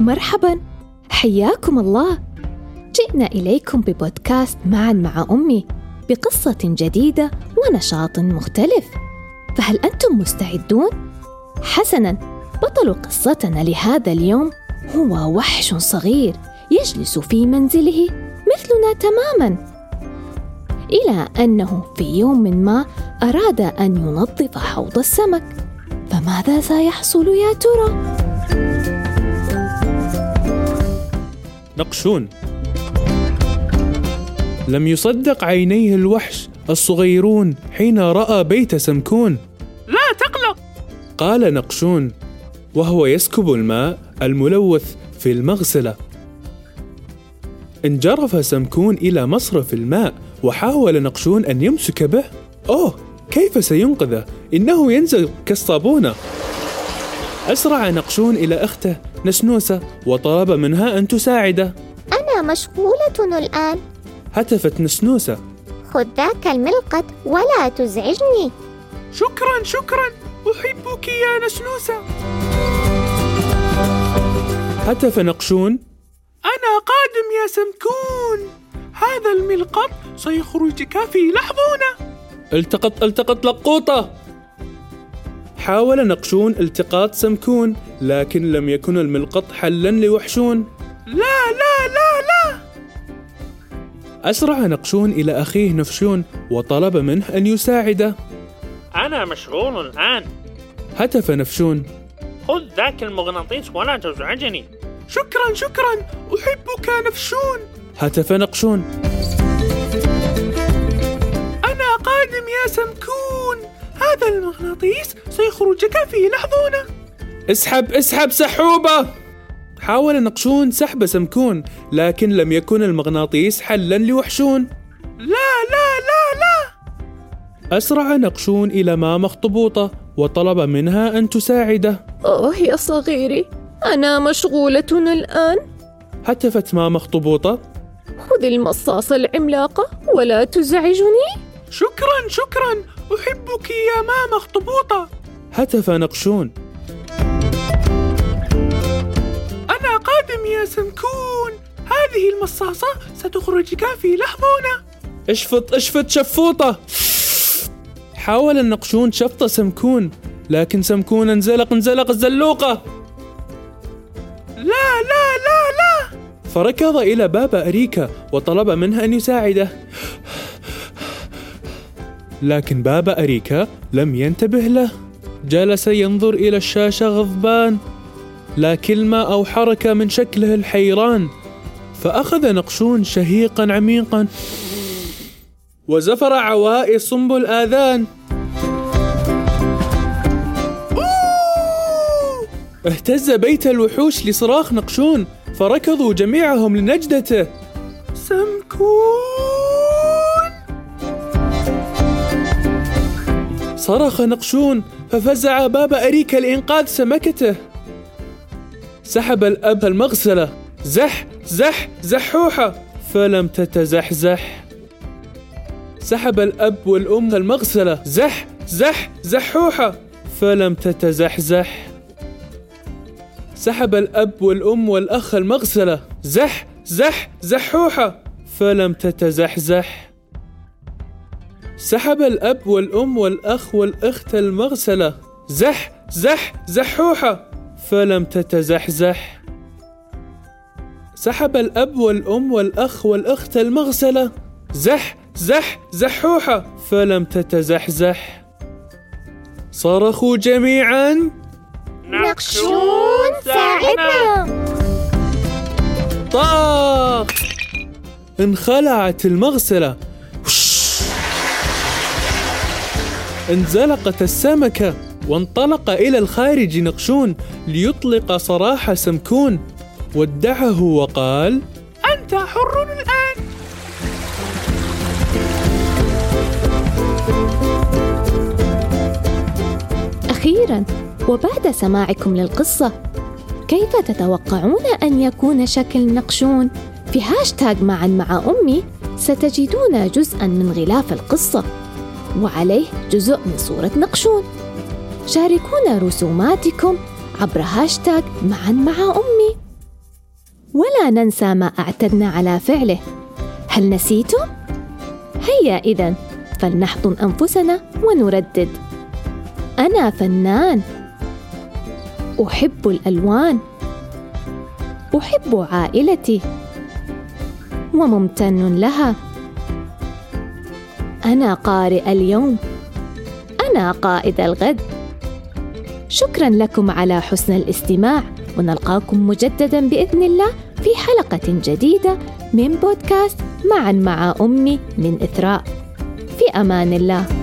ومرحبا، حياكم الله. جئنا إليكم ببودكاست معا مع أمي بقصة جديدة ونشاط مختلف، فهل أنتم مستعدون؟ حسناً، بطل قصتنا لهذا اليوم هو وحش صغير يجلس في منزله مثلنا تماماً، إلى أنه في يوم ما أراد أن ينظف حوض السمك. فماذا سيحصل يا ترى؟ نقشون. لم يصدق عينيه الوحش الصغيرون حين رأى بيت سمكون. لا تقلق، قال نقشون وهو يسكب الماء الملوث في المغسلة. انجرف سمكون إلى مصرف الماء وحاول نقشون أن يمسك به. أوه، كيف سينقذه؟ إنه ينزل كالصابونة. أسرع نقشون إلى أخته نسنوسة وطلب منها أن تساعده. أنا مشغولة الآن. هتفت نسنوسة. خذ ذاك الملقط ولا تزعجني. شكرا، أحبك يا نسنوسة. هتف نقشون. أنا قادم يا سمكون، هذا الملقط سيخرجك في لحظة. التقط لقوطة. حاول نقشون التقاط سمكون، لكن لم يكن الملقط حلاً لوحشون. لا. أسرع نقشون إلى أخيه نفشون وطلب منه أن يساعده. أنا مشغول الآن. هتف نفشون. خذ ذاك المغناطيس ولا تزعجني. شكرا، أحبك نفشون. هتف نقشون. أنا قادم يا سمكون، هذا المغناطيس سيخرجك في لحظة. اسحب سحوبة. حاول نقشون سحب سمكون، لكن لم يكن المغناطيس حلاً لوحشون. لا. أسرع نقشون إلى ماما اخطبوطة وطلب منها أن تساعده. أوه يا صغيري، أنا مشغولة الآن. هتفت ماما اخطبوطة. خذ المصاصة العملاقة ولا تزعجني. شكرا، أحبك يا ماما اخطبوطة. هتف نقشون. أنا قادم يا سمكون، هذه المصاصة ستخرجك في لحظة. اشفط شفوطة. حاول النقشون شفط سمكون، لكن سمكون انزلق الزلوقة. لا. فركض إلى بابا أريكا وطلب منها أن يساعده، لكن بابا أريكا لم ينتبه له. جلس ينظر إلى الشاشة غضبان، لا كلمة أو حركة من شكله الحيران. فأخذ نقشون شهيقا عميقا وزفر عوائي صنب الآذان. اهتز بيت الوحوش لصراخ نقشون، فركضوا جميعهم لنجدته. سمكون. صرخ نقشون، ففزع بابا أريكا لإنقاذ سمكته. سحب الأب المغسلة، زحوحة، فلم تتزحزح. سحب الأب والأم المغسلة، زحوحة، فلم تتزحزح. سحب الأب والأم والأخ المغسلة، زحوحة، فلم تتزحزح. سحب الأب والأم والأخ والأخت المغسلة، زحوحة، فلم تتزحزح. سحب الأب والأم والأخ والأخت المغسلة، زحوحة، فلم تتزحزح. صرخوا جميعاً: نقشون ساعدنا. طاخ! انخلعت المغسلة. انزلقت السمكة وانطلق إلى الخارج نقشون ليطلق سراح سمكون. ودعه وقال: أنت حر الآن. أخيراً، وبعد سماعكم للقصة، كيف تتوقعون أن يكون شكل نقشون؟ في هاشتاغ معا مع أمي ستجدون جزءاً من غلاف القصة، وعليه جزء من صورة نقشون. شاركونا رسوماتكم عبر هاشتاغ معا مع أمي. ولا ننسى ما اعتدنا على فعله. هل نسيتم؟ هيا إذن فلنحضن أنفسنا ونردد: أنا فنان، أحب الألوان، أحب عائلتي وممتن لها. أنا قارئ اليوم، أنا قائد الغد. شكراً لكم على حسن الاستماع، ونلقاكم مجدداً بإذن الله في حلقة جديدة من بودكاست معاً مع أمي من إثراء. في أمان الله.